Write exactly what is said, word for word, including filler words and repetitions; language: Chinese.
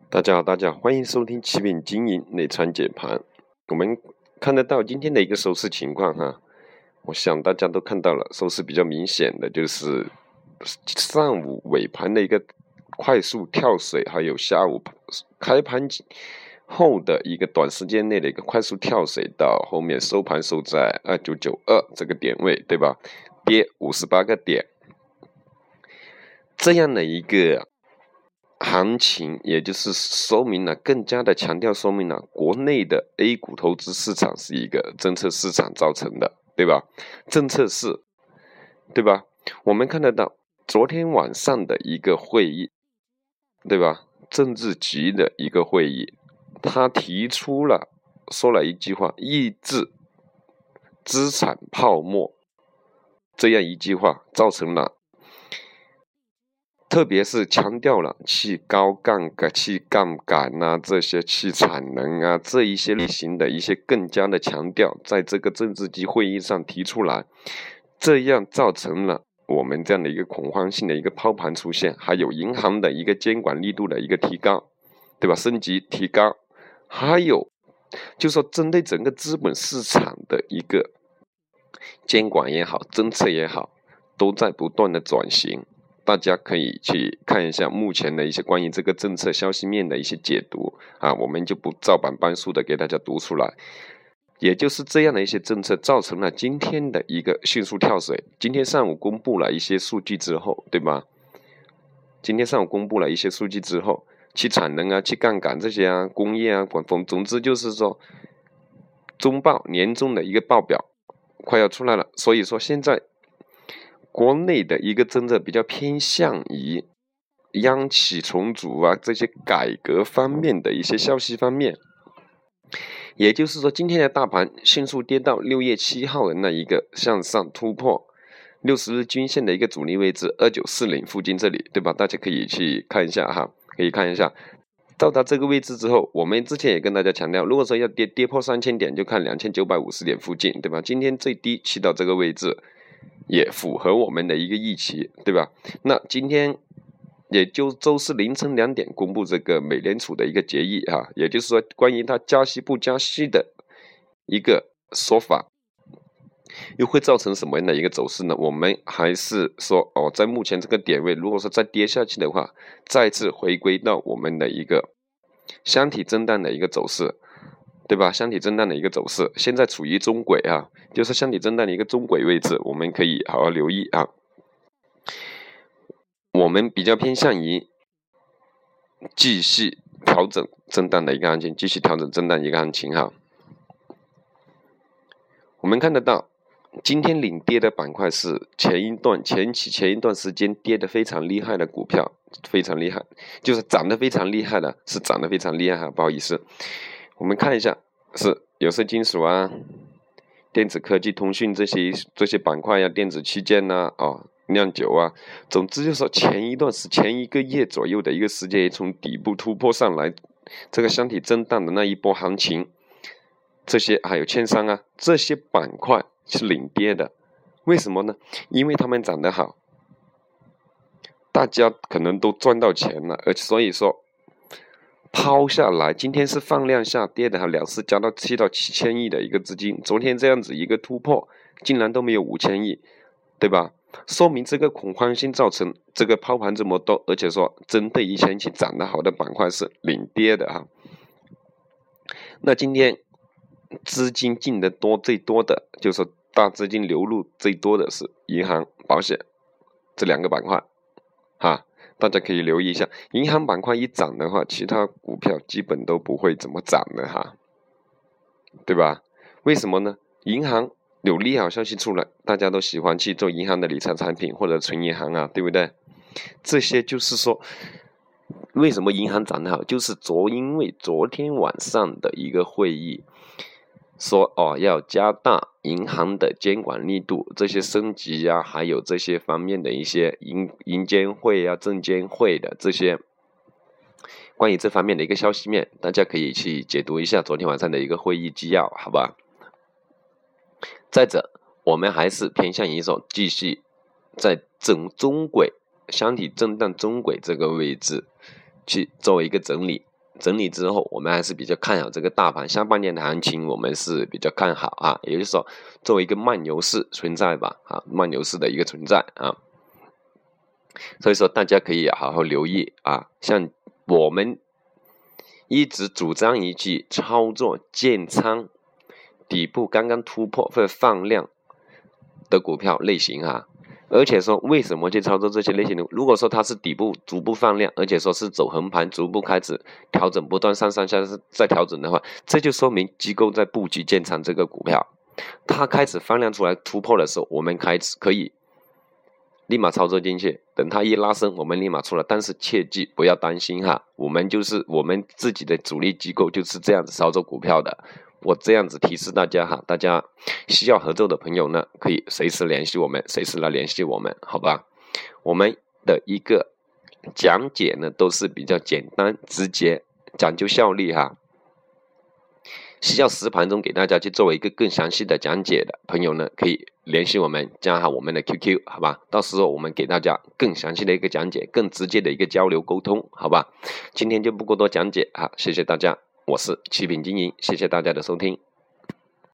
大家好，大家好，欢迎收听奇品经营内参解盘。我们看得到今天的一个收市情况哈，我想大家都看到了，收市比较明显的就是上午尾盘的一个快速跳水，还有下午开盘后的一个短时间内的一个快速跳水，到后面收盘收在二九九二这个点位，对吧？跌五十八个点，这样的一个行情，也就是说明了，更加的强调说明了国内的 A 股投资市场是一个政策市场造成的，对吧？政策是，对吧？我们看得到昨天晚上的一个会议，对吧？政治局的一个会议，他提出了说了一句话，抑制资产泡沫，这样一句话造成了。特别是强调了去高杠杆、去杠杆啊，这些去产能啊，这一些类型的一些更加的强调，在这个政治局会议上提出来，这样造成了我们这样的一个恐慌性的一个抛盘出现，还有银行的一个监管力度的一个提高，对吧？升级提高，还有就是说针对整个资本市场的一个监管也好，政策也好，都在不断的转型。大家可以去看一下目前的一些关于这个政策消息面的一些解读啊，我们就不照本搬书的给大家读出来。也就是这样的一些政策造成了今天的一个迅速跳水。今天上午公布了一些数据之后，对吧？今天上午公布了一些数据之后，去产能啊，去杠杆这些啊，工业啊，管风，总之就是说，中报年终的一个报表快要出来了，所以说现在国内的一个政策比较偏向于央企重组啊，这些改革方面的一些消息方面，也就是说今天的大盘迅速跌到六月七号的那一个向上突破六十日均线的一个阻力位置二九四零附近这里，对吧？大家可以去看一下哈，可以看一下。到达这个位置之后，我们之前也跟大家强调，如果说要跌跌破三千点，就看两千九百五十点附近，对吧？今天最低去到这个位置，也符合我们的一个预期，对吧？那今天也就周四凌晨两点公布这个美联储的一个决议啊，也就是说关于它加息不加息的一个说法，又会造成什么样的一个走势呢？我们还是说哦，在目前这个点位，如果说再跌下去的话，再次回归到我们的一个箱体震荡的一个走势，对吧？箱体震荡的一个走势，现在处于中轨啊，就是箱体震荡的一个中轨位置，我们可以好好留意啊。我们比较偏向于继续调整震荡的一个行情，继续调整震荡一个行情哈。我们看得到，今天领跌的板块是前一段前期前一段时间跌得非常厉害的股票，非常厉害，就是涨得非常厉害的，是涨得非常厉害，不好意思。我们看一下，是有色金属啊、电子科技、通讯这些这些板块呀、啊，电子器件呐、啊，哦，酿酒啊，总之就是说前一段时前一个月左右的一个时间，从底部突破上来，这个箱体震荡的那一波行情，这些还有券商啊，这些板块是领跌的，为什么呢？因为他们涨得好，大家可能都赚到钱了，而所以说抛下来，今天是放量下跌的，两市加到七到七千亿的一个资金，昨天这样子一个突破，竟然都没有五千亿，对吧？说明这个恐慌性造成这个抛盘这么多，而且说针对以前去涨得好的板块是领跌的哈。那今天资金进的多最多的，就是说大资金流入最多的是银行、保险这两个板块哈。大家可以留意一下，银行板块一涨的话，其他股票基本都不会怎么涨的哈，对吧？为什么呢？银行有利好消息出来，大家都喜欢去做银行的理财产品或者存银行啊，对不对？这些就是说，为什么银行涨得好，就是昨因为昨天晚上的一个会议说哦，要加大银行的监管力度，这些升级啊，还有这些方面的一些银银监会啊、证监会的这些关于这方面的一个消息面，大家可以去解读一下昨天晚上的一个会议纪要，好吧？再者，我们还是偏向于说继续在整中轨箱体震荡中轨这个位置去做一个整理， 整理之后，我们还是比较看好这个大盘下半年的行情，我们是比较看好啊，也就是说作为一个慢牛市存在吧，啊，慢牛市的一个存在啊，所以说大家可以好好留意啊，像我们一直主张一句操作建仓底部刚刚突破或者放量的股票类型啊，而且说为什么去操作这些类型的？如果说它是底部逐步放量，而且说是走横盘，逐步开始调整，不断上上下下再调整的话，这就说明机构在布局建仓这个股票，它开始放量出来突破的时候，我们开始可以立马操作进去，等它一拉升，我们立马出来。但是切记不要担心哈，我们就是我们自己的主力机构就是这样子操作股票的。我这样子提示大家哈，大家需要合作的朋友呢，可以随时联系我们，随时来联系我们，好吧？我们的一个讲解呢，都是比较简单直接，讲究效率哈。需要实盘中给大家去作为一个更详细的讲解的朋友呢，可以联系我们，加好我们的 Q Q， 好吧？到时候我们给大家更详细的一个讲解，更直接的一个交流沟通，好吧？今天就不过多讲解哈，谢谢大家，我是七品经营，谢谢大家的收听。